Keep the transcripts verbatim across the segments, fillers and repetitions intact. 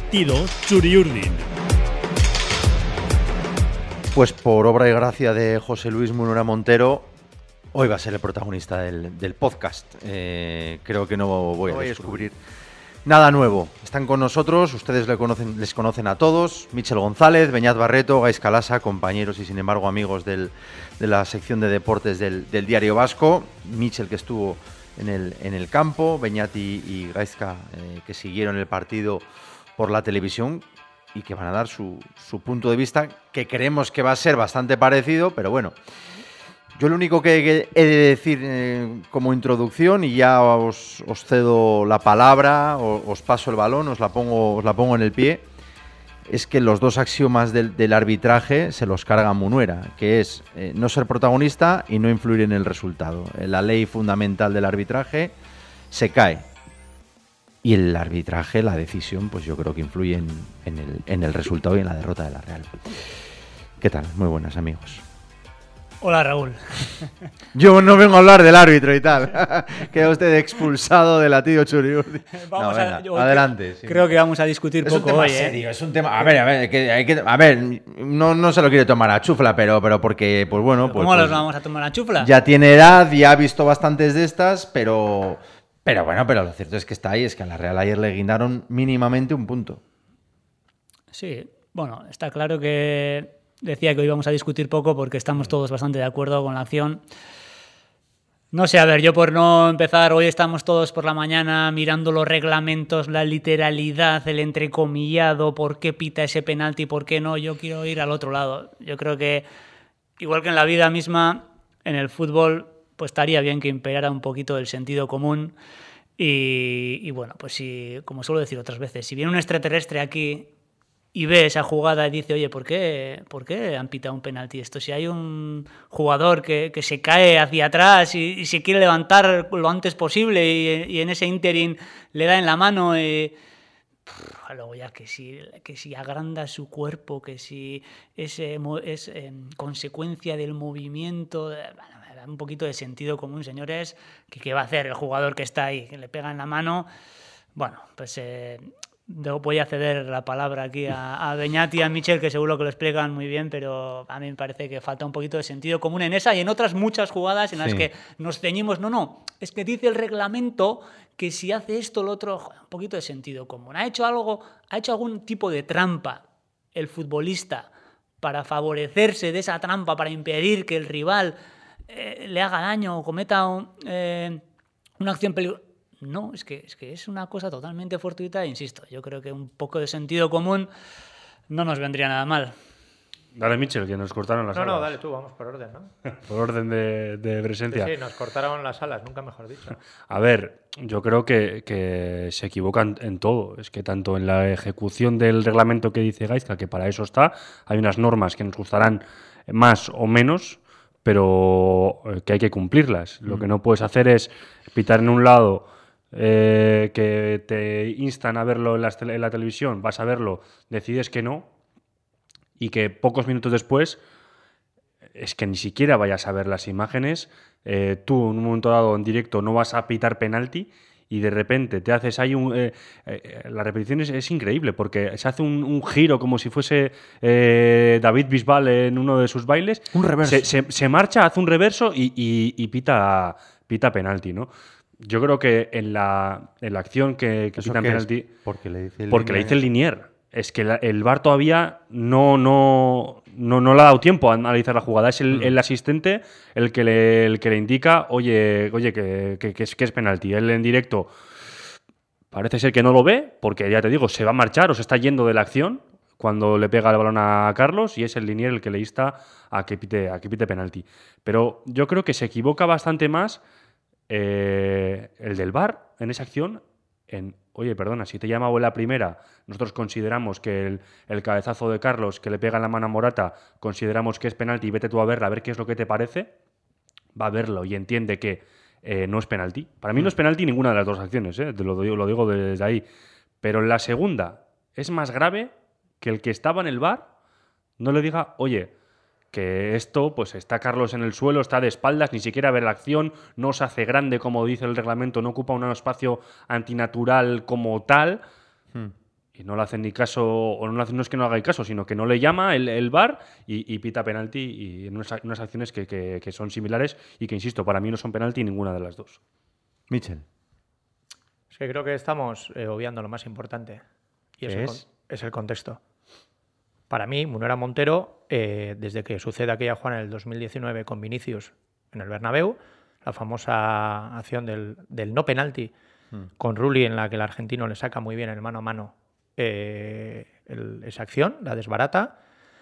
Partido Txuri-Urdin. Pues por obra y gracia de José Luis Munera Montero, hoy va a ser el protagonista del, del podcast. Eh, creo que no voy a descubrir nada nuevo. Están con nosotros, ustedes le conocen, les conocen a todos. Michel González, Beñat Barreto, Gaizka Lasa, compañeros y sin embargo amigos del, de la sección de deportes del, del Diario Vasco. Michel, que estuvo en el, en el campo, Beñat y, y Gaizka, eh, que siguieron el partido por la televisión y que van a dar su, su punto de vista, que creemos que va a ser bastante parecido, pero bueno. Yo lo único que, que he de decir eh, como introducción, y ya os, os cedo la palabra, os, os paso el balón, os la pongo, os la pongo en el pie, es que los dos axiomas del, del arbitraje se los carga Munuera, que es eh, no ser protagonista y no influir en el resultado. La ley fundamental del arbitraje se cae. Y el arbitraje, la decisión, pues yo creo que influye en, en, el, en el resultado y en la derrota de la Real. ¿Qué tal? Muy buenas, amigos. Hola, Raúl. Yo no vengo a hablar del árbitro y tal. Queda usted expulsado del latido Txuri-Urdin. Vamos no, venga, a, yo adelante. Creo, sí. creo que vamos a discutir es poco un tema hoy, serio, ¿eh? Es un tema. A ver, a ver, que, hay que, a ver, no, no se lo quiere tomar a chufla, pero, pero porque, pues bueno, pues. ¿Cómo pues, los vamos a tomar a chufla? Ya tiene edad, ya ha visto bastantes de estas, pero. Pero bueno, pero lo cierto es que está ahí, es que a la Real ayer le guindaron mínimamente un punto. Sí, bueno, está claro que decía que hoy vamos a discutir poco porque estamos todos bastante de acuerdo con la acción. No sé, a ver, yo por no empezar, hoy estamos todos por la mañana mirando los reglamentos, la literalidad, el entrecomillado, por qué pita ese penalti, por qué no, yo quiero ir al otro lado. Yo creo que, igual que en la vida misma, en el fútbol, pues estaría bien que imperara un poquito el sentido común y, y bueno, pues si, como suelo decir otras veces, si viene un extraterrestre aquí y ve esa jugada y dice, oye, ¿por qué, ¿por qué han pitado un penalti esto? Si hay un jugador que, que se cae hacia atrás y, y se quiere levantar lo antes posible y, y en ese ínterin le da en la mano y... Pff, luego ya que si, que si agranda su cuerpo, que si es, eh, es eh, consecuencia del movimiento... Bueno, un poquito de sentido común, señores, que qué va a hacer el jugador que está ahí, que le pega en la mano. Bueno, pues eh, voy a ceder la palabra aquí a, a Beñat y a Michel, que seguro que lo explican muy bien, pero a mí me parece que falta un poquito de sentido común en esa y en otras muchas jugadas en las sí. que nos ceñimos. No, no, es que dice el reglamento que si hace esto, lo otro, joder, un poquito de sentido común. ¿Ha hecho algo, ha hecho algún tipo de trampa el futbolista para favorecerse de esa trampa, para impedir que el rival Eh, le haga daño o cometa un, eh, una acción peligrosa? No, es que, es que es una cosa totalmente fortuita e insisto, yo creo que un poco de sentido común no nos vendría nada mal. Dale, Michel, que nos cortaron las no, alas. No, no, dale tú, vamos por orden, ¿no? Por orden de, de presencia. Sí, sí, nos cortaron las alas, nunca mejor dicho. A ver, yo creo que, que se equivocan en todo. Es que tanto en la ejecución del reglamento que dice Gaizka, que para eso está, hay unas normas que nos gustarán más o menos, pero que hay que cumplirlas. Lo que no puedes hacer es pitar en un lado eh, que te instan a verlo en la, en la televisión, vas a verlo, decides que no, y que pocos minutos después es que ni siquiera vayas a ver las imágenes, eh, tú en un momento dado en directo no vas a pitar penalti y de repente te haces ahí un... Eh, eh, la repetición es, es increíble porque se hace un, un giro como si fuese eh, David Bisbal en uno de sus bailes. Un reverso. Se, se, se marcha, hace un reverso y, y, y pita, pita penalti, ¿no? Yo creo que en la, en la acción que, que pitan penalti... Porque le dice el porque le dice el Linier. Es que la, el V A R todavía no, no, no, no le ha dado tiempo a analizar la jugada. Es el, mm. el asistente el que, le, el que le indica, oye, oye que, que, que, es, que es penalti. Él en directo parece ser que no lo ve, porque ya te digo, se va a marchar o se está yendo de la acción cuando le pega el balón a Carlos y es el Linier el que le insta a que pite, a que pite penalti. Pero yo creo que se equivoca bastante más eh, el del V A R en esa acción en... Oye, perdona, si te llama en la primera, nosotros consideramos que el, el cabezazo de Carlos que le pega en la mano a Morata, consideramos que es penalti y vete tú a verla, a ver qué es lo que te parece, va a verlo y entiende que eh, no es penalti. Para mí no es penalti ninguna de las dos acciones, ¿eh? Te lo digo, lo digo desde ahí. Pero en la segunda es más grave que el que estaba en el V A R no le diga, oye, que esto, pues está Carlos en el suelo, está de espaldas, ni siquiera ve la acción, no se hace grande como dice el reglamento, no ocupa un espacio antinatural como tal. Hmm. y no le hacen ni caso, o no, hace, no es que no haga caso, sino que no le llama el, el V A R y, y pita penalti y en unas, unas acciones que, que, que son similares y que, insisto, para mí no son penalti ninguna de las dos. Michel. Es que creo que estamos eh, obviando lo más importante. Y es, ¿Qué el, es? es el contexto. Para mí, Munuera Montero, eh, desde que sucede aquella jugada en el dos mil diecinueve con Vinicius en el Bernabéu, la famosa acción del, del no penalti mm. con Rulli, en la que el argentino le saca muy bien el mano a mano eh, el, esa acción, la desbarata.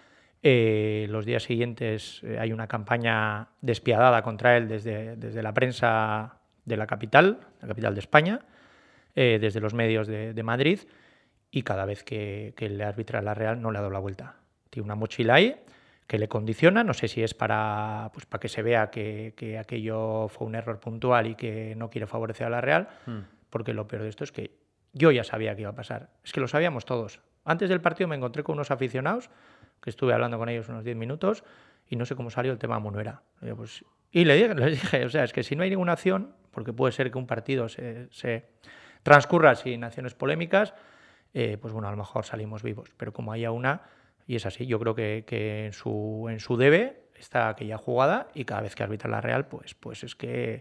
Eh, los días siguientes eh, hay una campaña despiadada contra él desde, desde la prensa de la capital, la capital de España, eh, desde los medios de, de Madrid, y cada vez que, que le arbitra la Real no le ha dado la vuelta. Tiene una mochila ahí que le condiciona, no sé si es para, pues, para que se vea que, que aquello fue un error puntual y que no quiere favorecer a la Real, mm. porque lo peor de esto es que yo ya sabía que iba a pasar. Es que lo sabíamos todos. Antes del partido me encontré con unos aficionados, que estuve hablando con ellos unos diez minutos, y no sé cómo salió el tema Munuera. Y, pues, y le dije, les dije, o sea, es que si no hay ninguna acción, porque puede ser que un partido se, se transcurra sin acciones polémicas, eh, pues bueno, a lo mejor salimos vivos. Pero como haya una, y es así, yo creo que, que en, su, en su debe está aquella jugada, y cada vez que arbitra la Real, pues, pues es que...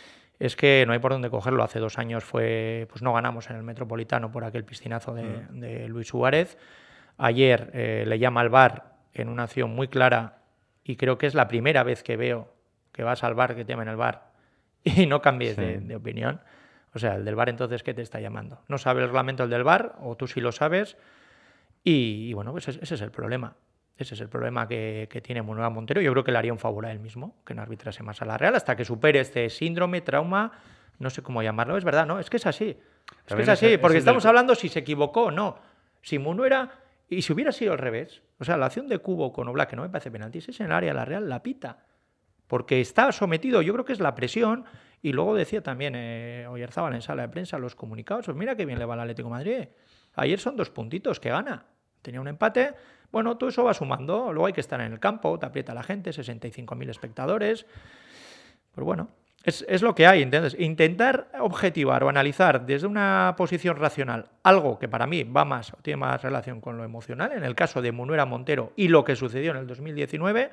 Es que no hay por dónde cogerlo. Hace dos años fue, pues no ganamos en el Metropolitano por aquel piscinazo de, mm. de Luis Suárez. Ayer eh, le llama al V A R en una acción muy clara, y creo que es la primera vez que veo que vas al V A R, que te llaman el V A R, y no cambies sí. de, de opinión. O sea, el del V A R entonces, ¿qué te está llamando? No sabe el reglamento el del V A R, o tú sí lo sabes, y, y bueno, pues ese, ese es el problema. Ese es el problema que, que tiene Munuera Montero. Yo creo que le haría un favor a él mismo, que no arbitrase más a la Real, hasta que supere este síndrome, trauma, no sé cómo llamarlo. Es verdad, ¿no? Es que es así. Es que es así, es, porque es estamos del... hablando si se equivocó o no. Si Munuera, y si hubiera sido al revés, o sea, la acción de Cubo con Oblak, que no me parece penalti, si es en el área, la Real la pita. Porque está sometido, yo creo que es la presión, y luego decía también eh, Oyarzábal en sala de prensa, los comunicados, pues mira qué bien le va al Atlético de Madrid. Ayer son dos puntitos que gana. Tenía un empate. Bueno, todo eso va sumando, luego hay que estar en el campo, te aprieta la gente, sesenta y cinco mil espectadores. Pues bueno, es, es lo que hay, ¿entiendes? Intentar objetivar o analizar desde una posición racional algo que para mí va más o tiene más relación con lo emocional, en el caso de Munuera Montero y lo que sucedió en el dos mil diecinueve,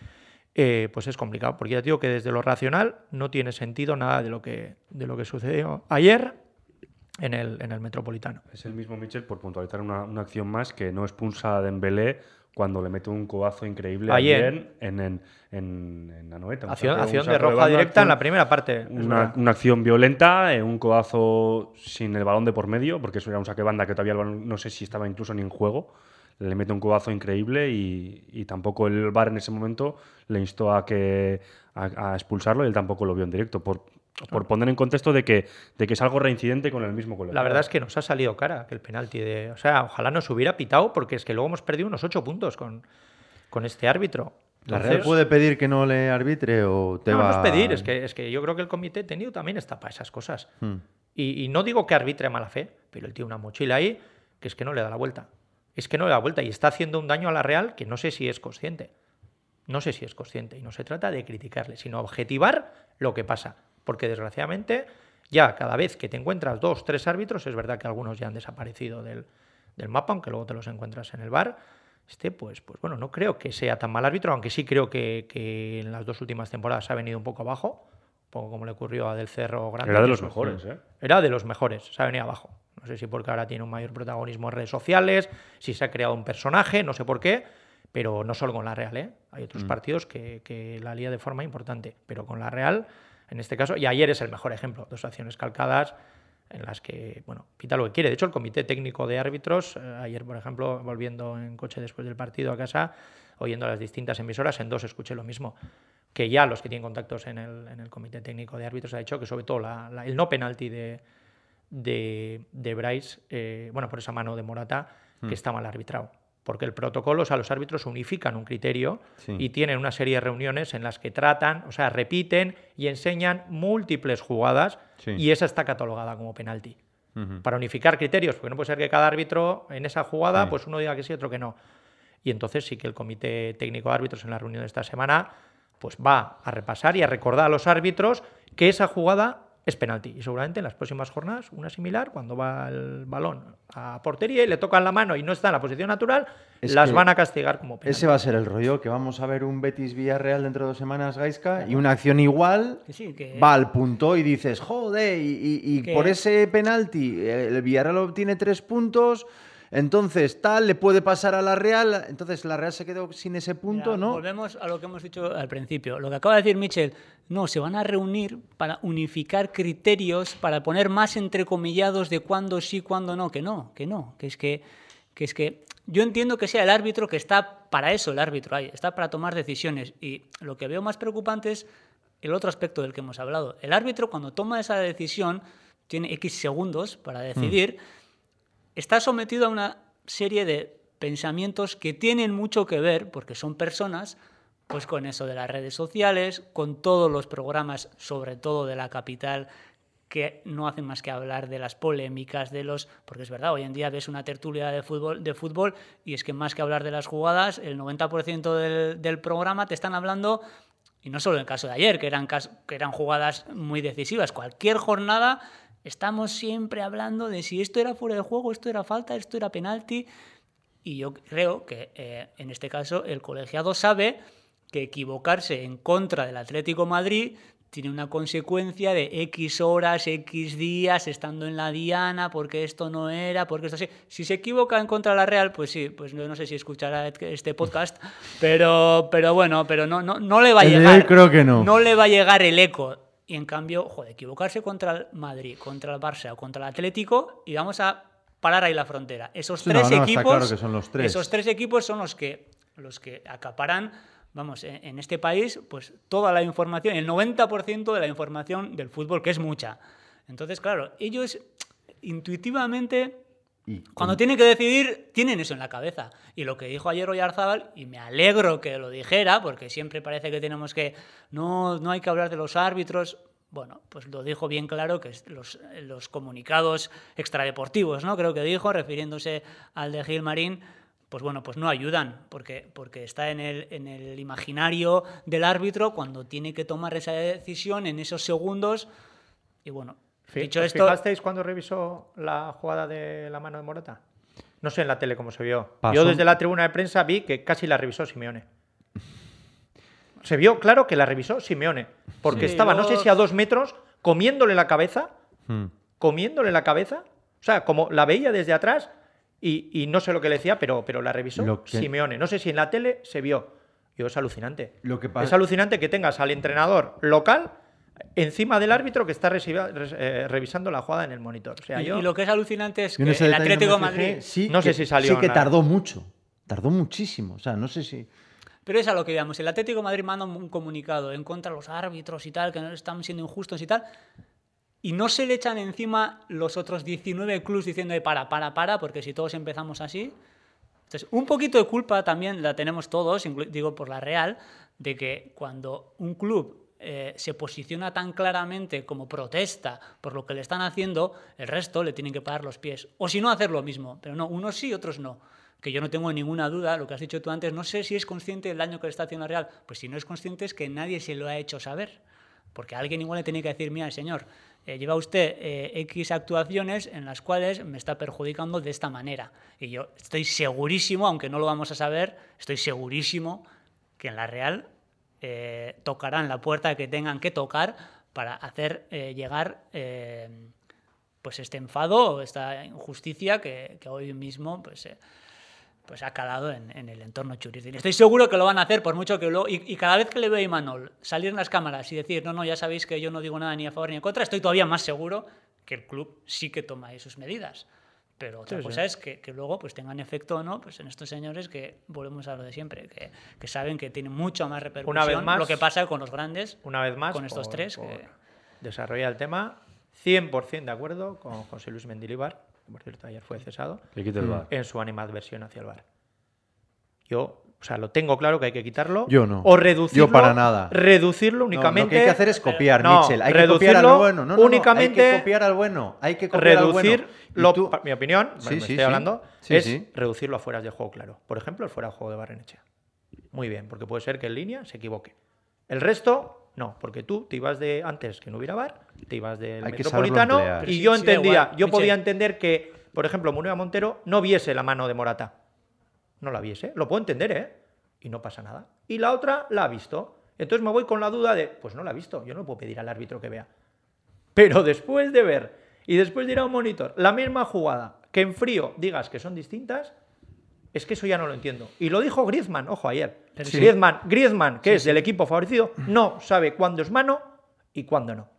eh, pues es complicado, porque ya te digo que desde lo racional no tiene sentido nada de lo que, de lo que sucedió ayer en el, en el Metropolitano. Es el mismo Michel, por puntualizar una, una acción más, que no expulsa a Dembélé cuando le mete un codazo increíble ayer en, en, en, en Anoeta. Acción, acción de roja de directa acción, en la primera parte. Una, una acción violenta, eh, un codazo sin el balón de por medio, porque eso era un saque banda que todavía el balón, no sé si estaba incluso ni en juego. Le mete un codazo increíble y, y tampoco el V A R en ese momento le instó a, que, a, a expulsarlo, y él tampoco lo vio en directo. Por, Por poner en contexto de que, de que es algo reincidente con el mismo colega. La verdad es que nos ha salido cara que el penalti de... O sea, ojalá nos hubiera pitado, porque es que luego hemos perdido unos ocho puntos con, con este árbitro. Entonces, ¿la Real puede pedir que no le arbitre o te no, va...? No, no es pedir, es que, es que yo creo que el comité técnico también está para esas cosas. Hmm. Y, y no digo que arbitre a mala fe, pero él tiene una mochila ahí que es que no le da la vuelta. Es que no le da la vuelta y está haciendo un daño a la Real que no sé si es consciente. No sé si es consciente. Y no se trata de criticarle, sino objetivar lo que pasa. Porque desgraciadamente ya cada vez que te encuentras dos, tres árbitros, es verdad que algunos ya han desaparecido del, del mapa, aunque luego te los encuentras en el V A R, este pues, pues bueno, no creo que sea tan mal árbitro, aunque sí creo que, que en las dos últimas temporadas ha venido un poco abajo, un poco como le ocurrió a Del Cerro Grande. Era de los mejores, ¿eh? Era de los mejores, se ha venido abajo. No sé si porque ahora tiene un mayor protagonismo en redes sociales, si se ha creado un personaje, no sé por qué, pero no solo con la Real, ¿eh? Hay otros mm. partidos que, que la lía de forma importante, pero con la Real... En este caso, y ayer es el mejor ejemplo, dos acciones calcadas en las que, bueno, pita lo que quiere. De hecho, el comité técnico de árbitros, eh, ayer, por ejemplo, volviendo en coche después del partido a casa, oyendo las distintas emisoras, en dos escuché lo mismo, que ya los que tienen contactos en el, en el comité técnico de árbitros ha dicho que sobre todo la, la, el no penalti de, de, de Bryce, eh, bueno, por esa mano de Morata, que mm. está mal arbitrado. Porque el protocolo, o sea, los árbitros unifican un criterio sí. y tienen una serie de reuniones en las que tratan, o sea, repiten y enseñan múltiples jugadas sí. y esa está catalogada como penalti. Uh-huh. Para unificar criterios, porque no puede ser que cada árbitro en esa jugada, sí. pues uno diga que sí, otro que no. Y entonces sí que el comité técnico de árbitros en la reunión de esta semana pues va a repasar y a recordar a los árbitros que esa jugada es penalti. Y seguramente en las próximas jornadas, una similar, cuando va el balón a portería y le tocan la mano y no está en la posición natural, es las van a castigar como penalti. Ese va a ser el rollo, que vamos a ver un Betis-Villarreal dentro de dos semanas, Gaizka, y una acción igual que sí, que... va al punto y dices, joder, y, y, y que... por ese penalti el Villarreal obtiene tres puntos... Entonces, tal, le puede pasar a la Real. Entonces, la Real se quedó sin ese punto, Mira, ¿no? Volvemos a lo que hemos dicho al principio. Lo que acaba de decir Michel, no, se van a reunir para unificar criterios, para poner más entrecomillados de cuándo sí, cuándo no. Que no, que no. Que es que, que es que yo entiendo que sea el árbitro, que está para eso el árbitro ahí, está para tomar decisiones. Y lo que veo más preocupante es el otro aspecto del que hemos hablado. El árbitro, cuando toma esa decisión, tiene X segundos para decidir. Mm. Está sometido a una serie de pensamientos que tienen mucho que ver, porque son personas, pues con eso de las redes sociales, con todos los programas, sobre todo de la capital, que no hacen más que hablar de las polémicas, de los... Porque es verdad, hoy en día ves una tertulia de fútbol, de fútbol y es que más que hablar de las jugadas, el noventa por ciento del, del programa te están hablando, y no solo en el caso de ayer, que eran, que eran jugadas muy decisivas, cualquier jornada... Estamos siempre hablando de si esto era fuera de juego, esto era falta, esto era penalti. Y yo creo que eh, en este caso el colegiado sabe que equivocarse en contra del Atlético de Madrid tiene una consecuencia de X horas, X días, estando en la diana, porque esto no era, porque esto sí. Si se equivoca en contra de la Real, pues sí, pues yo no sé si escuchará este podcast, pero, pero bueno, pero no, no, no le va a llegar. Creo que no. No le va a llegar el eco. Y en cambio, joder, equivocarse contra el Madrid, contra el Barça o contra el Atlético, y vamos a parar ahí la frontera. Esos sí, tres no, no, equipos, está claro que son los tres. Esos tres equipos son los que, los que acaparan, vamos, en, en este país, pues toda la información, el noventa por ciento de la información del fútbol, que es mucha. Entonces, claro, ellos intuitivamente, y, cuando y... tienen que decidir, tienen eso en la cabeza. Y lo que dijo ayer Oyarzábal, y me alegro que lo dijera, porque siempre parece que tenemos que... No, no hay que hablar de los árbitros. Bueno, pues lo dijo bien claro, que los, los comunicados extradeportivos, ¿no? Creo que dijo, refiriéndose al de Gilmarín, pues bueno, pues no ayudan, porque, porque está en el, en el imaginario del árbitro cuando tiene que tomar esa decisión en esos segundos. Y bueno, sí, dicho ¿os esto... fijasteis cuando revisó la jugada de la mano de Morata? No sé en la tele cómo se vio. Pasó. Yo desde la tribuna de prensa vi que casi la revisó Simeone. Se vio claro que la revisó Simeone, porque sí, estaba, yo... no sé si a dos metros, comiéndole la cabeza, hmm. comiéndole la cabeza, o sea, como la veía desde atrás y, y no sé lo que le decía, pero, pero la revisó que... Simeone. No sé si en la tele se vio. Yo, es alucinante. Lo que pasa... Es alucinante que tengas al entrenador local encima del árbitro que está resiva, res, eh, revisando la jugada en el monitor. O sea, y, yo... y lo que es alucinante es que no el Atlético de Madrid... Sí, no que, sé si salió... Sí que tardó mucho. Tardó muchísimo. O sea, no sé si... Pero es a lo que digamos. El Atlético de Madrid manda un comunicado en contra de los árbitros y tal, que no están siendo injustos y tal, y no se le echan encima los otros diecinueve clubs diciendo de para, para, para, porque si todos empezamos así... Entonces, un poquito de culpa también la tenemos todos, digo por la Real, de que cuando un club eh, se posiciona tan claramente como protesta por lo que le están haciendo, el resto le tienen que parar los pies. O si no, hacer lo mismo. Pero no, unos sí, otros no. Que yo no tengo ninguna duda, lo que has dicho tú antes, no sé si es consciente del daño que le está haciendo a Real. Pues si no es consciente es que nadie se lo ha hecho saber. Porque alguien igual le tiene que decir, mira, señor, eh, lleva usted eh, X actuaciones en las cuales me está perjudicando de esta manera. Y yo estoy segurísimo, aunque no lo vamos a saber, estoy segurísimo que en la Real eh, tocarán la puerta que tengan que tocar para hacer eh, llegar eh, pues este enfado, esta injusticia que, que hoy mismo... pues eh, pues ha calado en, en el entorno churristín. Estoy seguro que lo van a hacer, por mucho que luego... Y, y cada vez que le veo a Imanol salir en las cámaras y decir, no, no, ya sabéis que yo no digo nada ni a favor ni en contra, estoy todavía más seguro que el club sí que toma ahí sus medidas. Pero otra sí, cosa sí. es que, que luego pues tengan efecto o no pues en estos señores que, volvemos a lo de siempre, que, que saben que tienen mucho más repercusión una vez más, lo que pasa con los grandes, una vez más, con estos por, tres. Por que... desarrollar el tema, cien por ciento de acuerdo con José Luis Mendilibar, que por cierto ayer fue cesado, Le quita el bar. en su animadversión hacia el bar. Yo, o sea, lo tengo claro que hay que quitarlo. Yo no. O reducirlo. Yo para nada. Reducirlo únicamente. No, lo que hay que hacer es copiar, no, Michel. Hay que copiar al bueno. No, no, únicamente. No, hay que copiar al bueno. Hay que copiar reducir al bueno. Lo, tú... Mi opinión, sí, bueno, me sí, estoy sí. hablando, sí, es sí. reducirlo a fueras de juego, claro. Por ejemplo, el fuera de juego de Barrenechea. Muy bien, porque puede ser que en línea se equivoque. El resto, No, porque tú te ibas de, antes que no hubiera V A R, te ibas del Hay que Metropolitano saberlo emplear. y Sí, yo sí, da entendía, igual, yo Michel. podía entender que, por ejemplo, Munera Montero no viese la mano de Morata. No la viese, lo puedo entender, ¿eh? Y no pasa nada. Y la otra la ha visto. Entonces me voy con la duda de, pues no la ha visto, yo no puedo pedir al árbitro que vea. Pero después de ver y después de ir a un monitor la misma jugada, que en frío digas que son distintas, es que eso ya no lo entiendo. Y lo dijo Griezmann, ojo, ayer. Pero Sí. sí. Griezmann, Griezmann, que Sí, es sí. del equipo favorecido, no sabe cuándo es mano y cuándo no.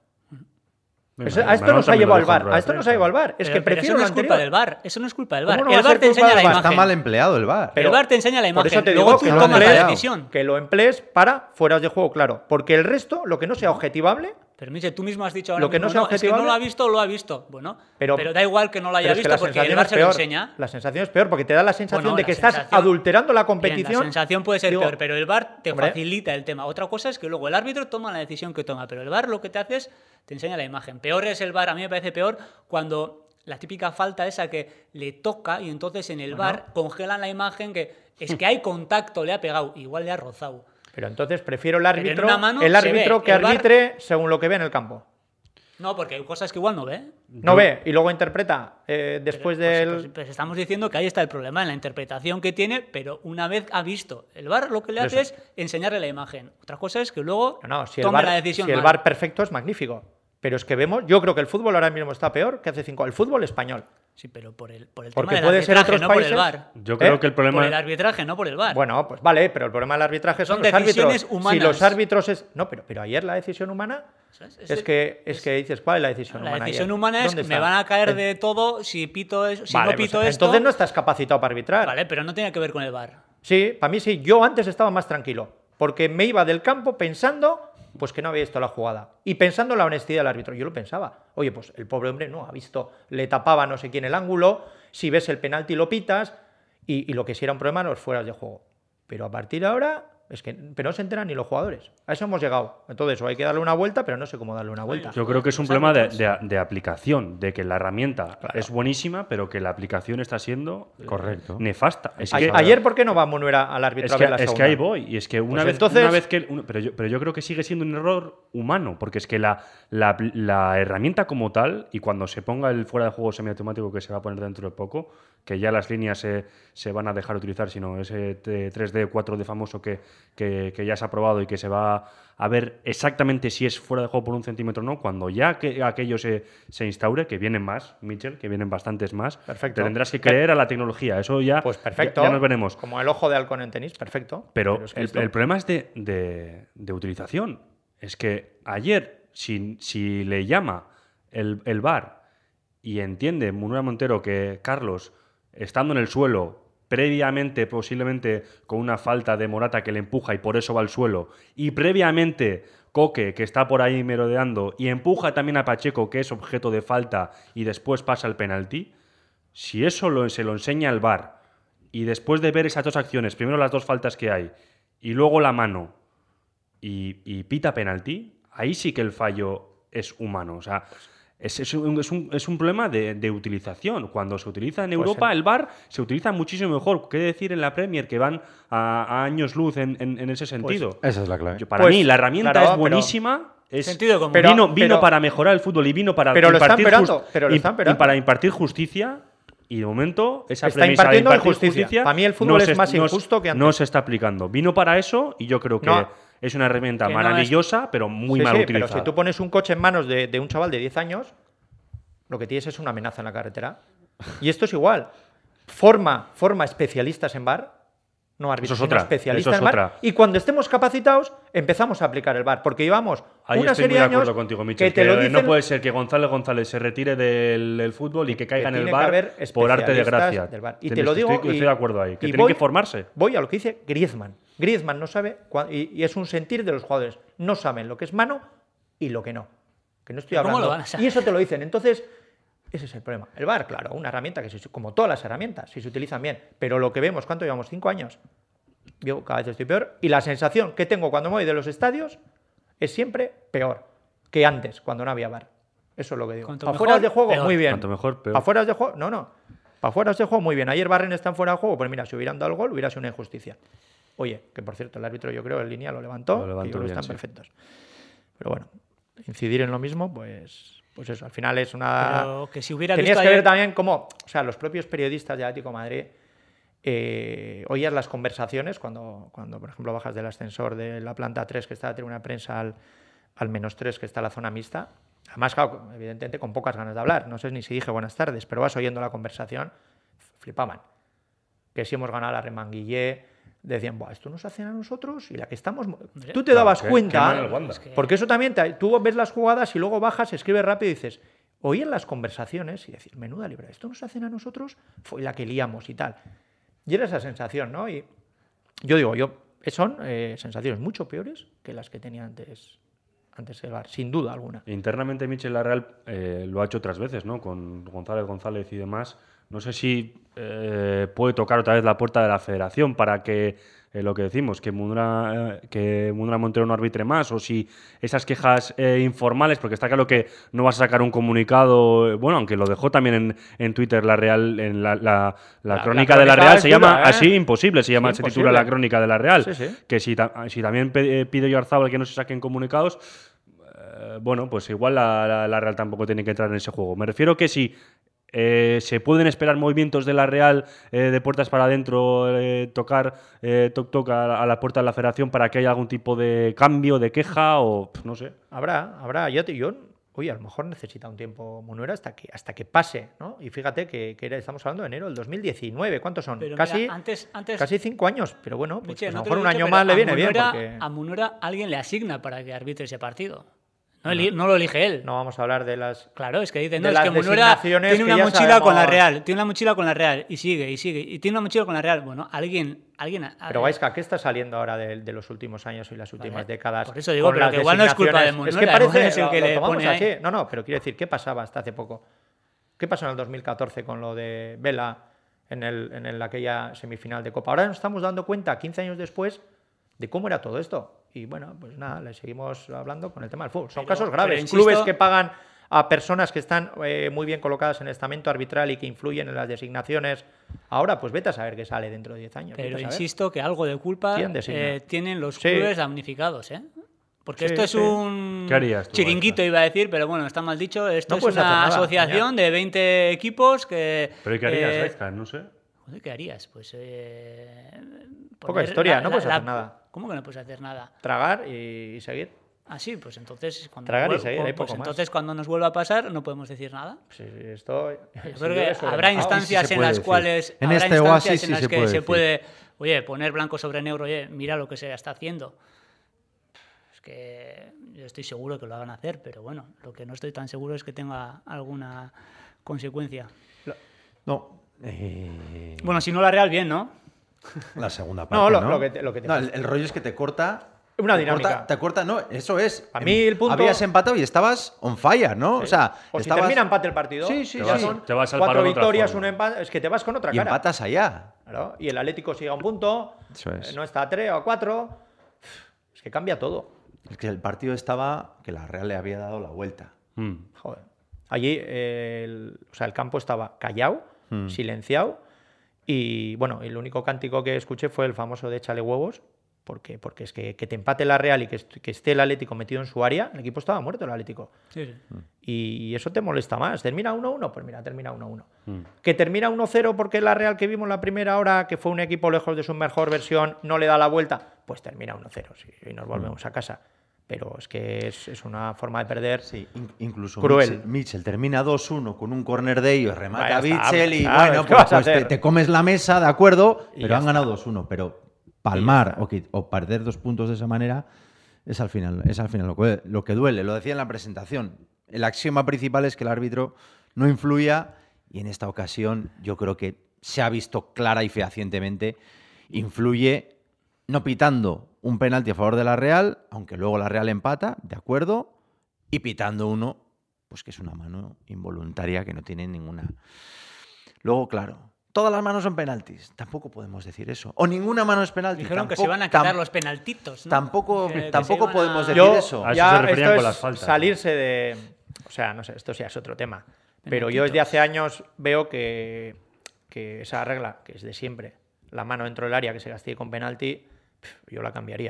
Venga, Eso- a esto Manuel nos ha también lo llevado el dijo en V A R. rueda A de esto nos ha prensa. llevado el V A R. Es Pero- que pero prefiero eso no lo es culpa anterior. del V A R. Eso no es culpa del V A R. ¿Cómo no va El a V A R ser te culpa enseña la del V A R? imagen. Está mal empleado el V A R. Pero- el V A R te enseña la Por eso imagen. te Luego digo tú que no lo, lo tomas la empleado. emplees, decisión. que lo emplees para fueras de juego, claro. Porque el resto, lo que no sea objetivable, Pero Michel, tú mismo has dicho ahora Lo que mismo, no sea es que no objetivable- lo ha visto, lo ha visto. Bueno, Pero- pero, da igual que no lo haya pero es que visto la porque el sensación V A R es se lo peor. enseña. La sensación es peor porque te da la sensación Bueno, de la que estás sensación- adulterando la Bien, competición. la sensación puede ser Digo, peor, pero el V A R te hombre. facilita el tema. Otra cosa es que luego el árbitro toma la decisión que toma, pero el V A R lo que te hace es te enseña la imagen. Peor es el V A R, a mí me parece peor cuando la típica falta esa que le toca y entonces en el Bueno. V A R congelan la imagen que es que hay contacto, le ha pegado, igual le ha rozado. Pero entonces prefiero el en árbitro, una mano el se árbitro ve, que el V A R arbitre según lo que ve en el campo. No, porque hay cosas que igual no ve. No ve y luego interpreta eh, después Pues- del. pues- pues estamos diciendo que ahí está el problema, en la interpretación que tiene, pero una vez ha visto el V A R, lo que le hace Eso. es enseñarle la imagen. Otra cosa es que luego No, no, si el tome V A R, la decisión si el mal. V A R perfecto es magnífico. Pero es que vemos, yo creo que el fútbol ahora mismo está peor que hace cinco. El fútbol español. Sí, pero por el, por el Porque tema del puede ser arbitraje, otros no por países. el V A R. Yo creo ¿Eh? que el Por el problema. arbitraje, no por el V A R. Bueno, pues vale, pero el problema del arbitraje son, Son los árbitros. decisiones Si humanas. los árbitros es. No, pero, pero ayer la decisión humana. ¿Sabes? Es que, es que dices, ¿cuál es la decisión la humana? decisión ayer? humana es ¿Dónde que me está? van a caer Eh, de todo si pito es, si vale, no pito pues, esto. entonces no estás capacitado para arbitrar. Vale, pero no tiene que ver con el V A R. Sí, para mí sí. Yo antes estaba más tranquilo. Porque me iba del campo pensando pues que no había visto la jugada. Y pensando en la honestidad del árbitro. Yo lo pensaba. Oye, pues el pobre hombre no ha visto. Le tapaba no sé quién el ángulo. Si ves el penalti lo pitas. Y, y lo que sí era un problema los fueras de juego. Pero a partir de ahora, es que pero no se enteran ni los jugadores. A eso hemos llegado. Entonces, o hay que darle una vuelta, pero no sé cómo darle una vuelta. Yo creo que es un Los problema de, árbitros. de- de aplicación, de que la herramienta Claro. es buenísima, pero que la aplicación está siendo eh, Correcto. nefasta. Es A- que, ayer, ¿por qué no va Monuera al árbitro es a que, ver la es que segunda? ahí voy. Y es que una, Pues vez, entonces- una vez que. un- pero, yo, pero yo creo que sigue siendo un error humano, porque es que la, la, la herramienta como tal, y cuando se ponga el fuera de juego semiautomático que se va a poner dentro de poco, que ya las líneas se, se van a dejar utilizar, sino ese T- tres D, cuatro D famoso que, que, que ya se ha probado y que se va a ver exactamente si es fuera de juego por un centímetro o no, cuando ya que aquello se, se instaure, que vienen más, Mitchell, que vienen bastantes más, Perfecto. te tendrás que creer a la tecnología. Eso ya, Pues perfecto. ya, ya nos veremos. Como el ojo de halcón en tenis, perfecto. Pero, es que el, esto- el problema es de, de- de utilización. Es que ayer, si, si le llama el, el V A R y entiende Munera Montero que Carlos, estando en el suelo, previamente, posiblemente con una falta de Morata que le empuja y por eso va al suelo, y previamente Coque, que está por ahí merodeando, y empuja también a Pacheco, que es objeto de falta, y después pasa el penalti, si eso lo- se lo enseña el V A R, y después de ver esas dos acciones, primero las dos faltas que hay, y luego la mano, y, y pita penalti, ahí sí que el fallo es humano. O sea, es, es un, es un- es un problema de, de utilización. Cuando se utiliza en Europa, en- el V A R se utiliza muchísimo mejor. ¿Qué decir en la Premier? Que van a, a años luz en, en- en ese sentido. Esa es la clave. Yo- para Pues, mí, la herramienta claro, es pero- buenísima. Es, Sentido común. Pero- vino vino pero- para mejorar el fútbol y vino para Pero lo están impartir esperando, jus- pero lo y- están y esperando. para impartir justicia. Y de momento, esa Está premisa de impartiendo impartir injusticia. Para mí el fútbol es se- más se- injusto que antes. No se está aplicando. Vino para eso y yo creo que No. es una herramienta Que no es- maravillosa, pero muy Sí, mal sí, utilizada. pero si tú pones un coche en manos de, de un chaval de diez años, lo que tienes es una amenaza en la carretera. Y esto es igual. Forma, forma especialistas en V A R, no árbitros, Eso es otra, sino especialistas eso es en V A R. otra. Y cuando estemos capacitados, empezamos a aplicar el V A R. Porque llevamos Ahí una estoy serie muy de de acuerdo años contigo, Michel, que te lo que dicen... no puede ser que González González se retire del, del fútbol y que caiga en el tiene que V A haber R por arte de especialistas gracia. del V A R. Y te Tienes- lo digo. Estoy, y- estoy de acuerdo ahí. Que y tienen voy- que formarse. Voy a lo que dice Griezmann. Griezmann no sabe, cua- y, y es un sentir de los jugadores. No saben lo que es mano y lo que no. Que no estoy ¿Cómo hablando. lo van a saber? Y eso te lo dicen. Entonces, ese es el problema. El V A R, claro, una herramienta que, se- como todas las herramientas, si se utilizan bien. Pero lo que vemos, ¿cuánto llevamos? ¿Cinco años? Yo cada vez estoy peor. Y la sensación que tengo cuando me voy de los estadios es siempre peor que antes, cuando no había V A R. Eso es lo que digo. Cuanto Para mejor, fuera de juego, peor. muy bien. Cuanto mejor, peor. Para fuera de juego, no, no. Para fuera de juego, muy bien. Ayer Barren está en fuera de juego, pues mira, si hubieran dado el gol, hubiera sido una injusticia. Oye, que por cierto, el árbitro, yo creo, en línea lo levantó, Lo levantó que yo creo que bien, están sí. perfectos. Pero bueno, incidir en lo mismo, pues, pues eso, al final es una... Pero que si hubiera Tenías visto que ver ayer- también cómo, o sea, los propios periodistas de Atlético de Madrid eh, oías las conversaciones cuando, cuando, por ejemplo, bajas del ascensor de la planta tres, que está la tribuna de prensa, al, al menos tres, que está la zona mixta. Además, claro, evidentemente con pocas ganas de hablar. No sé ni si dije buenas tardes, pero vas oyendo la conversación, flipaban. Que si hemos ganado la Remanguillé, decían, Buah, esto nos hacen a nosotros y la que estamos... Tú te dabas qué- cuenta, qué mal el Wanda. Es que- porque eso también, te- tú ves las jugadas y luego bajas, escribes rápido y dices, oían las conversaciones y decir, menuda libra, esto nos hacen a nosotros, fue la que liamos y tal. Y era esa sensación, ¿no? Y yo digo, yo son eh, sensaciones mucho peores que las que tenía antes, antes el Bar, sin duda alguna. Internamente Michel Larreal eh, lo ha hecho otras veces, ¿no? Con González González y demás. No sé si eh, puede tocar otra vez la puerta de la federación para que eh, lo que decimos, que Mundra, eh, que Mundra Montero no arbitre más, o si esas quejas eh, informales, porque está claro que no vas a sacar un comunicado, eh, bueno, aunque lo dejó también en, en Twitter la Real, en la, la, la La- crónica la de la crónica Real, es se llama dura, ¿eh? así, imposible, se llama, Sí, se titula imposible. la crónica de la Real. Sí, sí. Que si, ta- si también pe- pide Oyarzabal que no se saquen comunicados, eh, bueno, pues igual la, la- la Real tampoco tiene que entrar en ese juego. Me refiero que si eh, se pueden esperar movimientos de la Real eh, de puertas para adentro, eh, tocar eh, toc toc a, a la puerta de la Federación para que haya algún tipo de cambio, de queja o pf, no sé. Habrá, habrá. Yo, te- yo oye, a lo mejor necesita un tiempo Munuera hasta que, hasta que pase, ¿no? Y fíjate que, que era- estamos hablando de enero del dos mil diecinueve. ¿Cuántos son? Pero casi, mira, antes, antes casi cinco años. Pero bueno, pues, Miche, pues a no lo te mejor lo un he dicho, año pero más le a viene bien. Munera- Porque A Munera alguien le asigna para que arbitre ese partido. No, eli- no lo elige él. no vamos a hablar de las... Claro, es que dicen, de no, es que las Munera designaciones tiene que una ya mochila con la sabemos. Real, tiene una mochila con la Real, y sigue, y sigue, y tiene una mochila con la Real. Bueno, alguien... alguien Pero Gaisca, ¿qué está saliendo ahora de, de los últimos años y las últimas Vale. décadas? Por eso digo, con pero las que igual no es culpa de designaciones? Munera, Es que igual parece es el lo- que lo le tomamos pone ahí. así. No, no, pero quiero decir, ¿qué pasaba hasta hace poco? ¿Qué pasó en el dos mil catorce con lo de Vela en, el, en el- aquella semifinal de Copa? Ahora nos estamos dando cuenta, quince años después, de cómo era todo esto. Y bueno, pues nada, le seguimos hablando con el tema del fútbol. Son Pero- casos graves. pero insisto- Clubes que pagan a personas que están eh, muy bien colocadas en el estamento arbitral y que influyen en las designaciones. Ahora, pues vete a saber qué sale dentro de diez años. Pero vete a saber. insisto que algo de culpa ¿Quién designa? eh, tienen los Sí. clubes damnificados, ¿eh? Porque Sí, esto es sí. un ¿Qué harías tú, chiringuito, Gaisca? iba a decir, pero bueno, está mal dicho. Esto No es puedes hacer una nada, asociación de veinte equipos que... Pero ¿y qué harías, eh, Gaisca? No sé. Joder, ¿qué harías? Pues... Eh, Poca poner historia, la- no la- puedes la- hacer nada. ¿Cómo que no puedes hacer nada? Tragar y, y seguir. Ah, sí, pues entonces... Cuando Tragar y vuel- seguir, hay pues poco más. entonces cuando nos vuelva a pasar no podemos decir nada. Sí, sí, esto, Yo sí, creo yo que eso lo habrá he notado. instancias sí se en puede las decir. cuales, En habrá este instancias oasis en sí las se que puede se decir. puede, oye, poner blanco sobre negro, oye, mira lo que se está haciendo. Es que yo estoy seguro que lo van a hacer, pero bueno, lo que no estoy tan seguro es que tenga alguna consecuencia. No. eh, Bueno, si no la Real, bien, ¿no? La segunda parte. No, No, lo- lo que te- lo que te- No, el, el rollo es que te corta. Una te dinámica. corta- te corta, no, eso es. A mí el punto- Habías empatado y estabas on fire, ¿no? O sea, O si estabas- termina empate el partido, Sí, sí, ya sí. vas- son te vas al cuatro palo de otra victorias, forma. un empate, es que te vas con otra y cara. empatas allá. Claro, y el Atlético sigue a un punto, Eso es. eh, no está a tres o a cuatro. Es que cambia todo. Es que el partido estaba que la Real le había dado la vuelta. Mm. Joder. Allí eh, el, o sea, el campo estaba callado, Hmm. silenciado, y bueno, el único cántico que escuché fue el famoso de échale huevos, porque, porque es que, que te empate la Real y que, est- que esté el Atlético metido en su área, el equipo estaba muerto, el Atlético. Sí, sí. Y eso te molesta más. ¿Termina uno uno? Pues mira, termina uno uno. Mm. Que termina uno cero porque la Real que vimos la primera hora, que fue un equipo lejos de su mejor versión, no le da la vuelta, pues termina uno cero sí, y nos volvemos a casa. Pero es que es, es una forma de perder. Sí, in- incluso Cruel. Mitchell, Mitchell termina dos uno con un corner de ellos, remata Vaya, a Mitchell y está, bueno, ¿qué pues, vas a pues te, hacer? te comes la mesa, de acuerdo, Y pero ya han ganado dos uno. Pero palmar o, que- o perder dos puntos de esa manera es al final, es al final lo que, lo que duele. Lo decía en la presentación. El axioma principal es que el árbitro no influya y en esta ocasión yo creo que se ha visto clara y fehacientemente influye no pitando un penalti a favor de la Real, aunque luego la Real empata, de acuerdo, y pitando uno, pues que es una mano involuntaria que no tiene ninguna. Luego, claro, todas las manos son penaltis. Tampoco podemos decir eso. O ninguna mano es penalti. Dijeron que Tampoco- se van a quitar tam- los penaltitos, ¿no? Tampoco, Que- que tampoco se iban a- podemos decir Yo, eso. A eso ya se referían esto con es las faltas, salirse de... O sea, no sé, esto ya es otro tema. Pero yo desde hace años veo que, que esa regla, que es de siempre, la mano dentro del área que se castigue con penalti, pf, yo la cambiaría.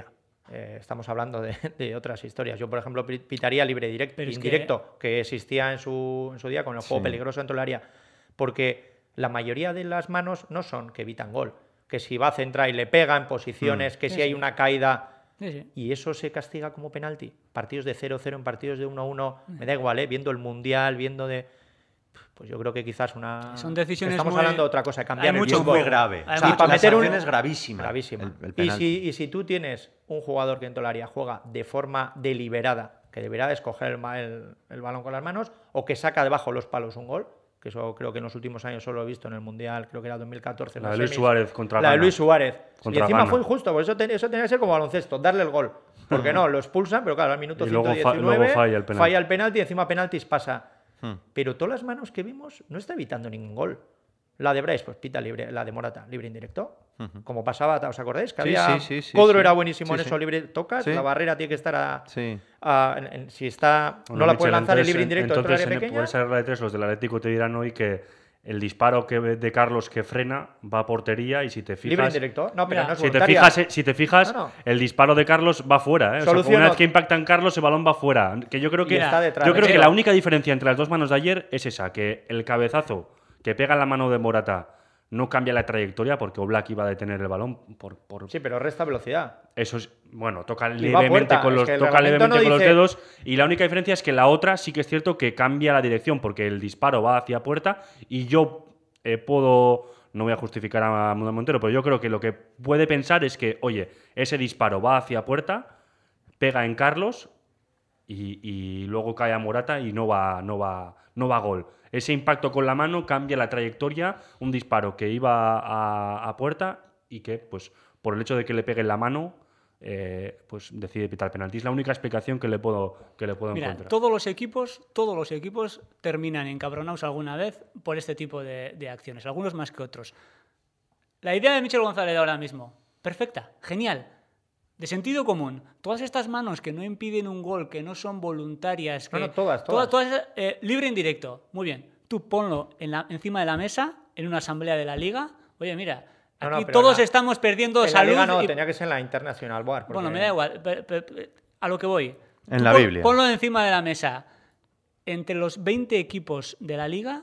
Eh, estamos hablando de, de otras historias. Yo, por ejemplo, pitaría libre direct, Pero es indirecto, que... que existía en su, en su día con el juego Sí. peligroso dentro del área. Porque la mayoría de las manos no son que evitan gol. Que si va a centrar y le pega en posiciones, Mm. que Sí, si hay sí. una caída... Sí, sí. Y eso se castiga como penalti. Partidos de cero cero en partidos de uno uno, me da igual, ¿eh? Viendo el Mundial, viendo de... Pues yo creo que quizás una... Son decisiones Estamos muy- hablando de otra cosa, cambiar Hay el Y es mucho fútbol. muy grave. Hay O sea, mucho- la meter un- sanción es gravísima. Gravísima. El, el y, penalti. si, y si tú tienes un jugador que en el área juega de forma deliberada, que deberá de escoger el, ma- el- el balón con las manos, o que saca debajo los palos un gol, que eso creo que en los últimos años solo he visto en el Mundial, creo que era dos mil catorce. en La las de Luis semis. Suárez contra La de Ghana. Luis Suárez. Contra y encima Ghana. fue injusto, porque eso, ten- eso tenía que ser como baloncesto, darle el gol. Porque no, lo expulsan, pero claro, al minuto Y luego fa- ciento diecinueve luego falla el penalti. falla el penalti y encima penaltis pasa. Hmm. Pero todas las manos que vimos no está evitando ningún gol. La de Bryce, pues pita libre, la de Morata, libre indirecto. Ujú. Como pasaba, ¿os acordáis? Que Sí, había... sí, sí, sí, Codro sí. era buenísimo Sí, en sí. eso, libre tocas, Sí. la barrera tiene que estar a... Sí. a- en- en- si está... Bueno, no la Michel, puede lanzar el entonces, libre indirecto dentro entonces, del área en- pequeña. por esa regla de tres, los del Atlético te dirán hoy que el disparo que de Carlos que frena va a portería y si te fijas... Libre indirecto. No, pero Mira, no es Si te, voluntaria. fijas, eh, si te fijas, No, no. el disparo de Carlos va fuera. ¿eh? O sea, Soluciono- una vez que impacta en Carlos, el balón va fuera. Que yo creo Y que, está detrás. yo creo que Pero- la única diferencia entre las dos manos de ayer es esa, que el cabezazo que pega en la mano de Morata no cambia la trayectoria porque Oblak iba a detener el balón por, por Sí, pero resta velocidad. eso es, bueno, toca Y va a levemente, puerta, con es los, que el toca reglamento levemente no con los dice- dedos y la única diferencia es que la otra sí que es cierto que cambia la dirección porque el disparo va hacia puerta y yo eh, puedo, no voy a justificar a Mundo Montero, pero yo creo que lo que puede pensar es que, oye, ese disparo va hacia puerta, pega en Carlos y, y luego cae a Morata y no va, no va, no va a gol. Ese impacto con la mano cambia la trayectoria, un disparo que iba a, a puerta y que, pues, por el hecho de que le pegue en la mano, eh, pues decide pitar penalti. Es la única explicación que le puedo, que le puedo Mira, encontrar. todos los equipos, todos los equipos terminan encabronados alguna vez por este tipo de, de acciones, algunos más que otros. La idea de Michel González ahora mismo, perfecta, genial, de sentido común. Todas estas manos que no impiden un gol, que no son voluntarias, que No, no, todas, todas. todas, eh, libre e indirecto, muy bien. Tú ponlo en la- encima de la mesa, en una asamblea de la liga. Oye, mira, No, no, aquí pero todos la- estamos perdiendo En la salud. liga no, y- tenía que ser en la International Board. porque- Bueno, me da igual. pe- pe- pe- a lo que voy. En Tú la pon- Biblia. Ponlo encima de la mesa. Entre los veinte equipos de la liga,